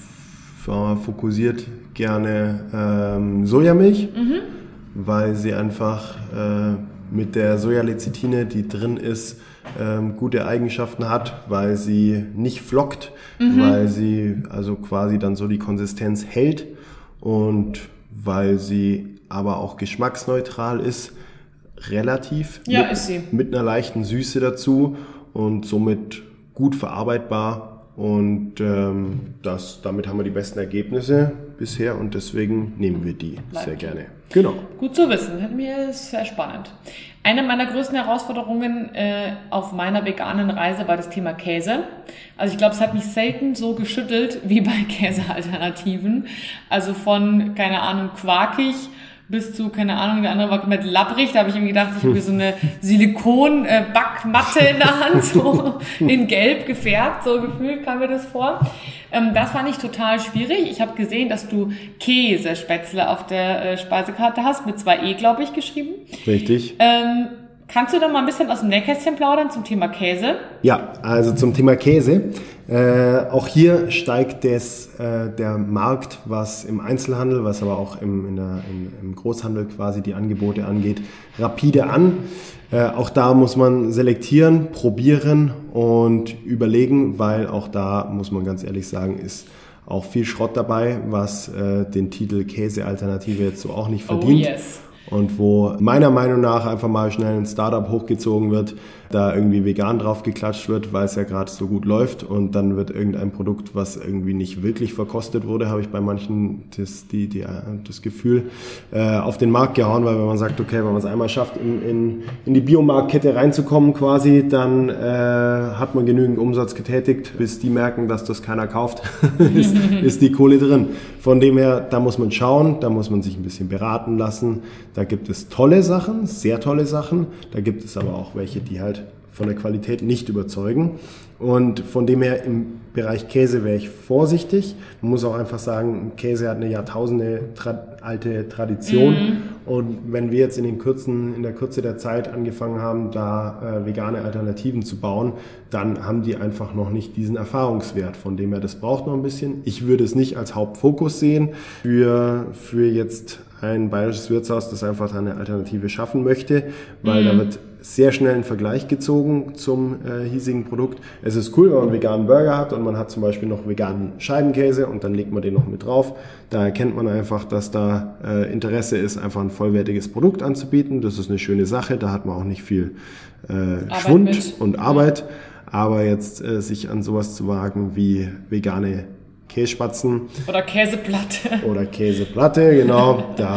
fokussiert gerne Sojamilch, weil sie einfach mit der Sojalecithine, die drin ist, gute Eigenschaften hat, weil sie nicht flockt, weil sie also quasi dann so die Konsistenz hält und weil sie aber auch geschmacksneutral ist, relativ. Ja, ist sie. Mit einer leichten Süße dazu und somit gut verarbeitbar. Und damit haben wir die besten Ergebnisse bisher und deswegen nehmen wir die sehr gerne. Genau. Gut zu wissen, mir ist sehr spannend. Eine meiner größten Herausforderungen auf meiner veganen Reise war das Thema Käse. Also ich glaube, es hat mich selten so geschüttelt wie bei Käsealternativen. Also von, keine Ahnung, quarkig bis zu, keine Ahnung, der andere war komplett labbrig. Da habe ich ihm gedacht, ich habe so eine Silikon-Backmatte in der Hand, so in Gelb gefärbt, so gefühlt kam mir das vor. Das fand ich total schwierig. Ich habe gesehen, dass du Käsespätzle auf der Speisekarte hast, mit 2 E, glaube ich, geschrieben. Richtig. Kannst du da mal ein bisschen aus dem Nähkästchen plaudern zum Thema Käse? Ja, also zum Thema Käse. Auch hier steigt der Markt, was im Einzelhandel, was aber auch im Großhandel quasi die Angebote angeht, rapide an. Auch da muss man selektieren, probieren und überlegen, weil auch da, muss man ganz ehrlich sagen, ist auch viel Schrott dabei, was den Titel Käsealternative jetzt so auch nicht verdient. Oh yes. und wo meiner Meinung nach einfach mal schnell ein Startup hochgezogen wird, da irgendwie vegan drauf geklatscht wird, weil es ja gerade so gut läuft und dann wird irgendein Produkt, was irgendwie nicht wirklich verkostet wurde, habe ich bei manchen das Gefühl, auf den Markt gehauen, weil wenn man sagt, okay, wenn man es einmal schafft, in die Biomarktkette reinzukommen quasi, dann hat man genügend Umsatz getätigt, bis die merken, dass das keiner kauft, ist die Kohle drin. Von dem her, da muss man schauen, da muss man sich ein bisschen beraten lassen. Da gibt es tolle Sachen, sehr tolle Sachen. Da gibt es aber auch welche, die halt von der Qualität nicht überzeugen. Und von dem her im Bereich Käse wäre ich vorsichtig. Man muss auch einfach sagen, Käse hat eine Jahrtausende alte Tradition. Und wenn wir jetzt in der Kürze der Zeit angefangen haben, da vegane Alternativen zu bauen, dann haben die einfach noch nicht diesen Erfahrungswert. Von dem her, das braucht noch ein bisschen. Ich würde es nicht als Hauptfokus sehen für jetzt ein bayerisches Wirtshaus, das einfach eine Alternative schaffen möchte, weil da wird sehr schnell ein Vergleich gezogen zum hiesigen Produkt. Es ist cool, wenn man einen veganen Burger hat und man hat zum Beispiel noch veganen Scheibenkäse und dann legt man den noch mit drauf. Da erkennt man einfach, dass da Interesse ist, einfach ein vollwertiges Produkt anzubieten. Das ist eine schöne Sache, da hat man auch nicht viel Schwund und Arbeit. Aber jetzt sich an sowas zu wagen wie vegane Kässpatzen. Oder Käseplatte. Oder Käseplatte, genau. Da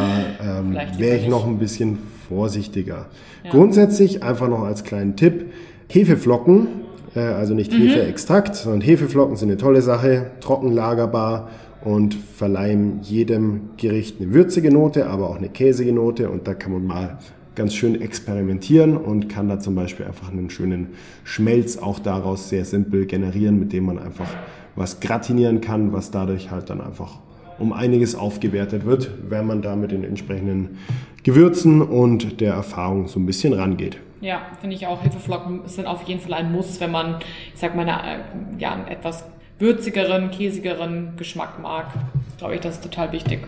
wäre ich noch ein bisschen vorsichtiger. Ja. Grundsätzlich einfach noch als kleinen Tipp, Hefeflocken, also nicht Hefeextrakt, sondern Hefeflocken sind eine tolle Sache, trocken lagerbar und verleihen jedem Gericht eine würzige Note, aber auch eine käsige Note und da kann man mal ganz schön experimentieren und kann da zum Beispiel einfach einen schönen Schmelz auch daraus sehr simpel generieren, mit dem man einfach was gratinieren kann, was dadurch halt dann einfach um einiges aufgewertet wird, wenn man da mit den entsprechenden Gewürzen und der Erfahrung so ein bisschen rangeht. Ja, finde ich auch. Hefeflocken sind auf jeden Fall ein Muss, wenn man, ich sag mal, einen etwas würzigeren, käsigeren Geschmack mag. Glaube ich, das ist total wichtig.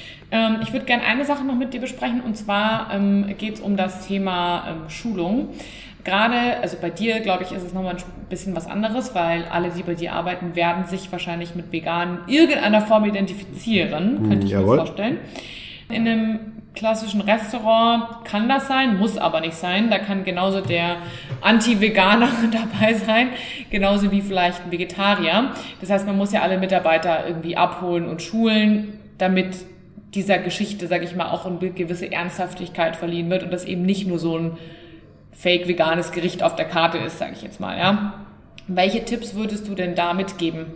Ich würde gerne eine Sache noch mit dir besprechen und zwar geht es um das Thema Schulung. Gerade, also bei dir, glaube ich, ist es nochmal ein bisschen was anderes, weil alle, die bei dir arbeiten, werden sich wahrscheinlich mit Veganen in irgendeiner Form identifizieren, könnte ich mir vorstellen. In einem klassischen Restaurant kann das sein, muss aber nicht sein. Da kann genauso der Anti-Veganer dabei sein, genauso wie vielleicht ein Vegetarier. Das heißt, man muss ja alle Mitarbeiter irgendwie abholen und schulen, damit dieser Geschichte, sage ich mal, auch eine gewisse Ernsthaftigkeit verliehen wird und das eben nicht nur so ein fake-veganes Gericht auf der Karte ist, sage ich jetzt mal, ja. Welche Tipps würdest du denn da mitgeben?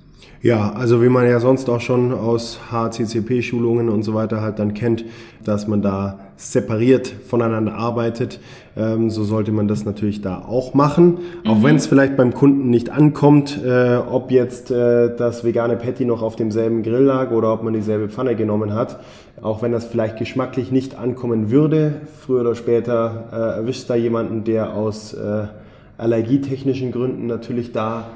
Ja, also wie man ja sonst auch schon aus HACCP-Schulungen und so weiter halt dann kennt, dass man da separiert voneinander arbeitet, so sollte man das natürlich da auch machen. Auch wenn es vielleicht beim Kunden nicht ankommt, ob jetzt das vegane Patty noch auf demselben Grill lag oder ob man dieselbe Pfanne genommen hat. Auch wenn das vielleicht geschmacklich nicht ankommen würde, früher oder später erwischt da jemanden, der aus allergietechnischen Gründen natürlich da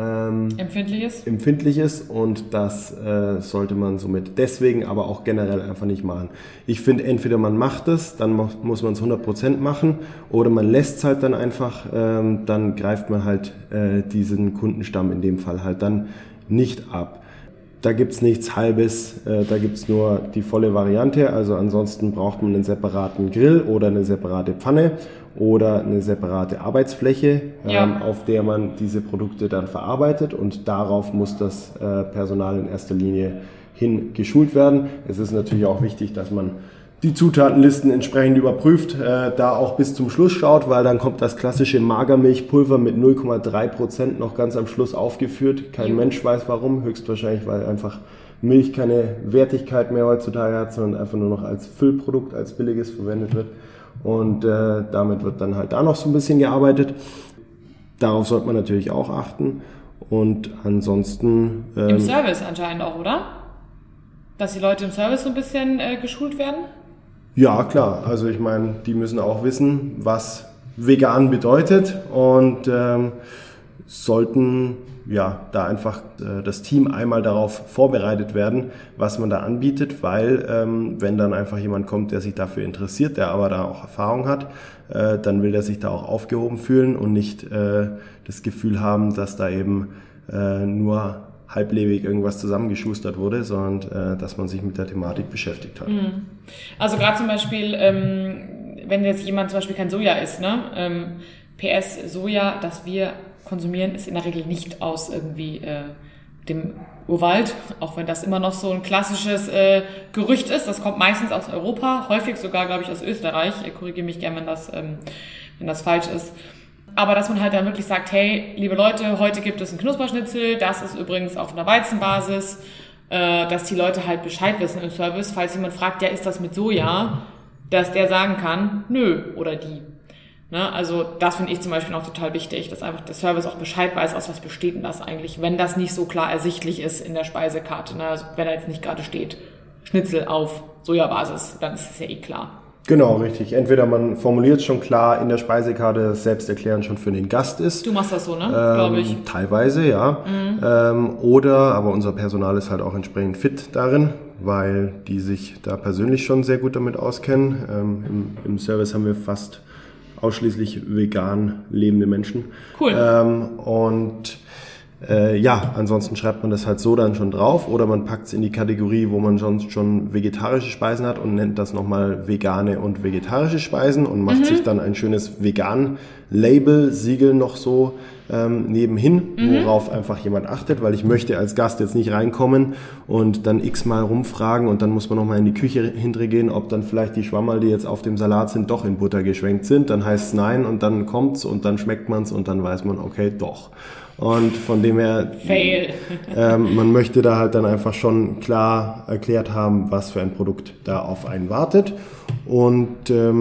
empfindlich ist und das sollte man somit deswegen, aber auch generell einfach nicht machen. Ich finde, entweder man macht es, dann muss man es 100% machen oder man lässt es halt dann einfach, dann greift man halt diesen Kundenstamm in dem Fall halt dann nicht ab. Da gibt's nichts Halbes, da gibt's nur die volle Variante, also ansonsten braucht man einen separaten Grill oder eine separate Pfanne oder eine separate Arbeitsfläche, auf der man diese Produkte dann verarbeitet und darauf muss das Personal in erster Linie hin geschult werden. Es ist natürlich auch wichtig, dass man die Zutatenlisten entsprechend überprüft, da auch bis zum Schluss schaut, weil dann kommt das klassische Magermilchpulver mit 0,3% noch ganz am Schluss aufgeführt. Kein Mensch weiß warum, höchstwahrscheinlich, weil einfach Milch keine Wertigkeit mehr heutzutage hat, sondern einfach nur noch als Füllprodukt, als billiges verwendet wird. Und damit wird dann halt da noch so ein bisschen gearbeitet. Darauf sollte man natürlich auch achten. Und ansonsten... Im Service anscheinend auch, oder? Dass die Leute im Service so ein bisschen geschult werden? Ja, klar. Also ich meine, die müssen auch wissen, was vegan bedeutet und sollten da einfach das Team einmal darauf vorbereitet werden, was man da anbietet, weil wenn dann einfach jemand kommt, der sich dafür interessiert, der aber da auch Erfahrung hat, dann will der sich da auch aufgehoben fühlen und nicht das Gefühl haben, dass da eben nur halblebig irgendwas zusammengeschustert wurde, sondern dass man sich mit der Thematik beschäftigt hat. Also gerade zum Beispiel, wenn jetzt jemand zum Beispiel kein Soja isst, ne? PS Soja, das wir konsumieren, ist in der Regel nicht aus irgendwie dem Urwald, auch wenn das immer noch so ein klassisches Gerücht ist. Das kommt meistens aus Europa, häufig sogar, glaube ich, aus Österreich. Korrigiere mich gerne, wenn das falsch ist. Aber dass man halt dann wirklich sagt, hey, liebe Leute, heute gibt es ein Knusperschnitzel, das ist übrigens auf einer Weizenbasis, dass die Leute halt Bescheid wissen im Service, falls jemand fragt, ja, ist das mit Soja, dass der sagen kann, nö, oder die. Ne? Also das finde ich zum Beispiel noch total wichtig, dass einfach der Service auch Bescheid weiß, aus was besteht denn das eigentlich, wenn das nicht so klar ersichtlich ist in der Speisekarte. Ne? Also wenn da jetzt nicht gerade steht, Schnitzel auf Sojabasis, dann ist es ja eh klar. Genau, richtig. Entweder man formuliert schon klar in der Speisekarte, dass Selbsterklärend schon für den Gast ist. Du machst das so, ne? Glaube ich. Teilweise, ja. Oder, aber unser Personal ist halt auch entsprechend fit darin, weil die sich da persönlich schon sehr gut damit auskennen. Im Service haben wir fast ausschließlich vegan lebende Menschen. Cool. Ansonsten schreibt man das halt so dann schon drauf oder man packt es in die Kategorie, wo man sonst schon vegetarische Speisen hat und nennt das nochmal vegane und vegetarische Speisen und macht sich dann ein schönes Vegan-Label, Siegel noch so nebenhin, worauf einfach jemand achtet, weil ich möchte als Gast jetzt nicht reinkommen und dann x-mal rumfragen und dann muss man nochmal in die Küche hintergehen, ob dann vielleicht die Schwammerl, die jetzt auf dem Salat sind, doch in Butter geschwenkt sind. Dann heißt es nein und dann kommt's und dann schmeckt man's und dann weiß man, okay, doch. Und von dem her, Fail. Man möchte da halt dann einfach schon klar erklärt haben, was für ein Produkt da auf einen wartet. Und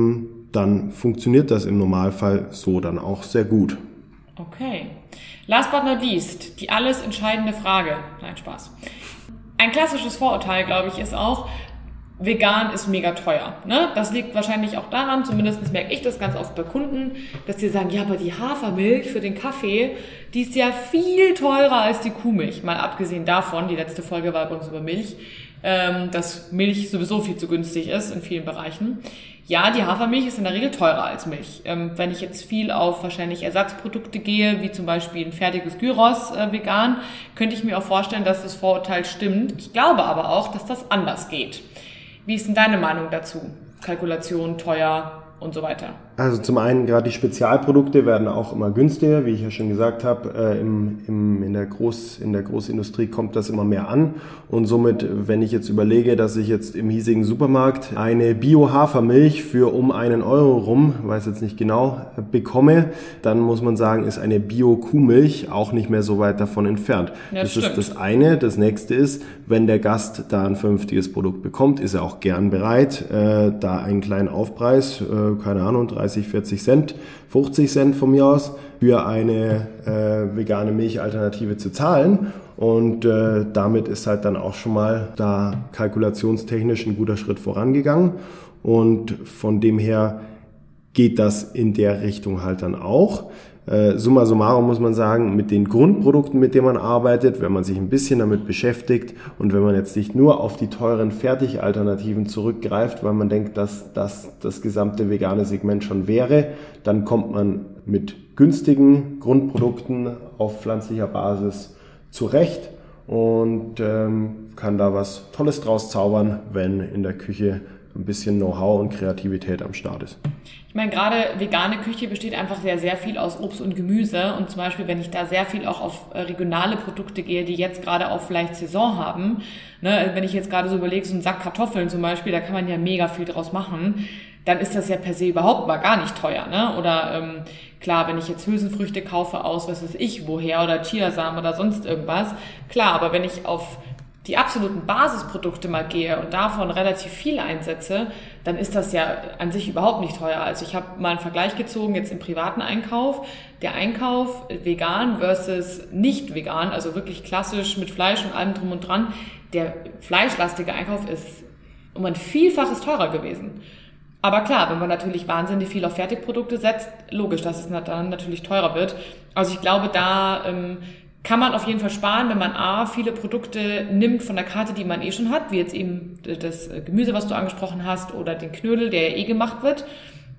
dann funktioniert das im Normalfall so dann auch sehr gut. Okay. Last but not least, die alles entscheidende Frage. Nein, Spaß. Ein klassisches Vorurteil, glaube ich, ist auch, vegan ist mega teuer. Ne? Das liegt wahrscheinlich auch daran, zumindest merke ich das ganz oft bei Kunden, dass die sagen, ja, aber die Hafermilch für den Kaffee, die ist ja viel teurer als die Kuhmilch. Mal abgesehen davon, die letzte Folge war übrigens über Milch, dass Milch sowieso viel zu günstig ist in vielen Bereichen. Ja, die Hafermilch ist in der Regel teurer als Milch. Wenn ich jetzt viel auf wahrscheinlich Ersatzprodukte gehe, wie zum Beispiel ein fertiges Gyros vegan, könnte ich mir auch vorstellen, dass das Vorurteil stimmt. Ich glaube aber auch, dass das anders geht. Wie ist denn deine Meinung dazu? Kalkulation, teuer und so weiter. Also zum einen, gerade die Spezialprodukte werden auch immer günstiger, wie ich ja schon gesagt habe. In der Großindustrie kommt das immer mehr an. Und somit, wenn ich jetzt überlege, dass ich jetzt im hiesigen Supermarkt eine Bio-Hafermilch für um 1 Euro rum, weiß jetzt nicht genau, bekomme, dann muss man sagen, ist eine Bio-Kuhmilch auch nicht mehr so weit davon entfernt. Ja, das ist das eine. Das nächste ist, wenn der Gast da ein vernünftiges Produkt bekommt, ist er auch gern bereit, da einen kleinen Aufpreis, keine Ahnung, 30, 40 Cent, 50 Cent von mir aus, für eine vegane Milchalternative zu zahlen. Und damit ist halt dann auch schon mal da kalkulationstechnisch ein guter Schritt vorangegangen. Und von dem her geht das in der Richtung halt dann auch. Summa summarum muss man sagen, mit den Grundprodukten, mit denen man arbeitet, wenn man sich ein bisschen damit beschäftigt und wenn man jetzt nicht nur auf die teuren Fertigalternativen zurückgreift, weil man denkt, dass das gesamte vegane Segment schon wäre, dann kommt man mit günstigen Grundprodukten auf pflanzlicher Basis zurecht und kann da was Tolles draus zaubern, wenn in der Küche ein bisschen Know-how und Kreativität am Start ist. Ich meine, gerade vegane Küche besteht einfach sehr, sehr viel aus Obst und Gemüse. Und zum Beispiel, wenn ich da sehr viel auch auf regionale Produkte gehe, die jetzt gerade auch vielleicht Saison haben, ne, wenn ich jetzt gerade so überlege, so einen Sack Kartoffeln zum Beispiel, da kann man ja mega viel draus machen, dann ist das ja per se überhaupt mal gar nicht teuer. Ne? Oder klar, wenn ich jetzt Hülsenfrüchte kaufe aus, was weiß ich woher, oder Chiasamen oder sonst irgendwas, klar, aber wenn ich auf die absoluten Basisprodukte mal gehe und davon relativ viel einsetze, dann ist das ja an sich überhaupt nicht teuer. Also ich habe mal einen Vergleich gezogen jetzt im privaten Einkauf. Der Einkauf vegan versus nicht vegan, also wirklich klassisch mit Fleisch und allem drum und dran, der fleischlastige Einkauf ist um ein Vielfaches teurer gewesen. Aber klar, wenn man natürlich wahnsinnig viel auf Fertigprodukte setzt, logisch, dass es dann natürlich teurer wird. Also ich glaube, da kann man auf jeden Fall sparen, wenn man viele Produkte nimmt von der Karte, die man eh schon hat, wie jetzt eben das Gemüse, was du angesprochen hast, oder den Knödel, der ja eh gemacht wird.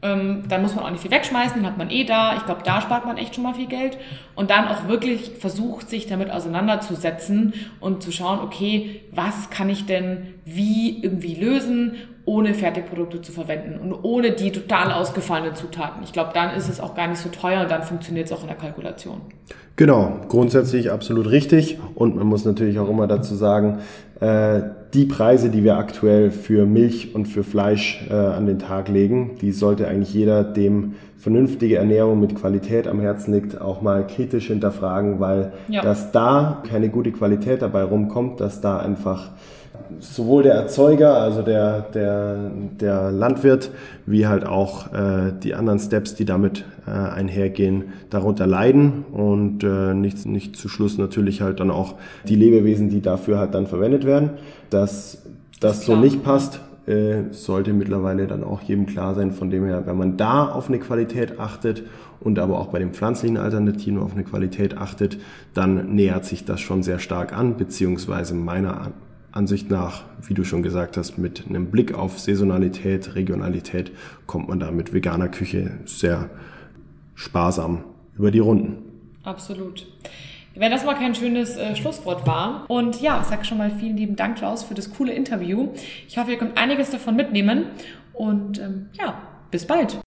Dann muss man auch nicht viel wegschmeißen, den hat man da. Ich glaube, da spart man echt schon mal viel Geld. Und dann auch wirklich versucht, sich damit auseinanderzusetzen und zu schauen, okay, was kann ich denn wie irgendwie lösen, ohne Fertigprodukte zu verwenden und ohne die total ausgefallenen Zutaten. Ich glaube, dann ist es auch gar nicht so teuer und dann funktioniert es auch in der Kalkulation. Genau, grundsätzlich absolut richtig. Und man muss natürlich auch immer dazu sagen, die Preise, die wir aktuell für Milch und für Fleisch an den Tag legen, die sollte eigentlich jeder, dem vernünftige Ernährung mit Qualität am Herzen liegt, auch mal kritisch hinterfragen, weil dass da keine gute Qualität dabei rumkommt, dass da einfach sowohl der Erzeuger, also der Landwirt, wie halt auch die anderen Steps, die damit einhergehen, darunter leiden und nicht zu Schluss natürlich halt dann auch die Lebewesen, die dafür halt dann verwendet werden. Dass das so nicht passt, sollte mittlerweile dann auch jedem klar sein. Von dem her, wenn man da auf eine Qualität achtet und aber auch bei den pflanzlichen Alternativen auf eine Qualität achtet, dann nähert sich das schon sehr stark an, beziehungsweise meiner Ansicht nach, wie du schon gesagt hast, mit einem Blick auf Saisonalität, Regionalität kommt man da mit veganer Küche sehr sparsam über die Runden. Absolut. Wenn das mal kein schönes Schlusswort war. Und ja, ich sage schon mal vielen lieben Dank, Klaus, für das coole Interview. Ich hoffe, ihr könnt einiges davon mitnehmen. Und bis bald.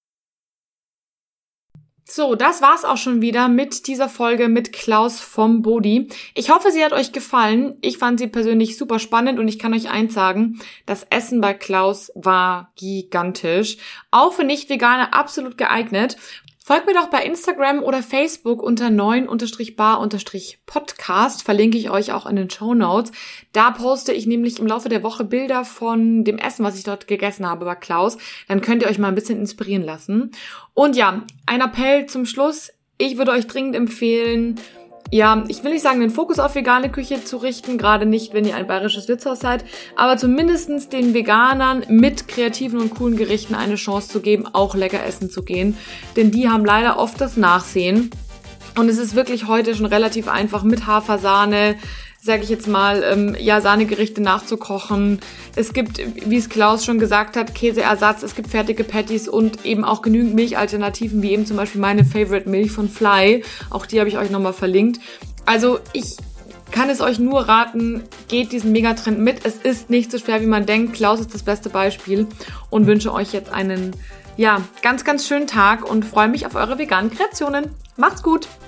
So, das war's auch schon wieder mit dieser Folge mit Klaus vom Bodi. Ich hoffe, sie hat euch gefallen. Ich fand sie persönlich super spannend und ich kann euch eins sagen, das Essen bei Klaus war gigantisch. Auch für Nicht-Veganer absolut geeignet. Folgt mir doch bei Instagram oder Facebook unter 9-bar-podcast, verlinke ich euch auch in den Shownotes. Da poste ich nämlich im Laufe der Woche Bilder von dem Essen, was ich dort gegessen habe bei Klaus. Dann könnt ihr euch mal ein bisschen inspirieren lassen. Und ja, ein Appell zum Schluss. Ich würde euch dringend empfehlen, ich will nicht sagen, den Fokus auf vegane Küche zu richten, gerade nicht, wenn ihr ein bayerisches Wirtshaus seid, aber zumindestens den Veganern mit kreativen und coolen Gerichten eine Chance zu geben, auch lecker essen zu gehen. Denn die haben leider oft das Nachsehen. Und es ist wirklich heute schon relativ einfach mit Hafersahne, sage ich jetzt mal, Sahnegerichte nachzukochen. Es gibt, wie es Klaus schon gesagt hat, Käseersatz, es gibt fertige Patties und eben auch genügend Milchalternativen, wie eben zum Beispiel meine Favorite Milch von Fly. Auch die habe ich euch nochmal verlinkt. Also ich kann es euch nur raten, geht diesen Megatrend mit. Es ist nicht so schwer, wie man denkt. Klaus ist das beste Beispiel und wünsche euch jetzt einen, ganz, ganz schönen Tag und freue mich auf eure veganen Kreationen. Macht's gut!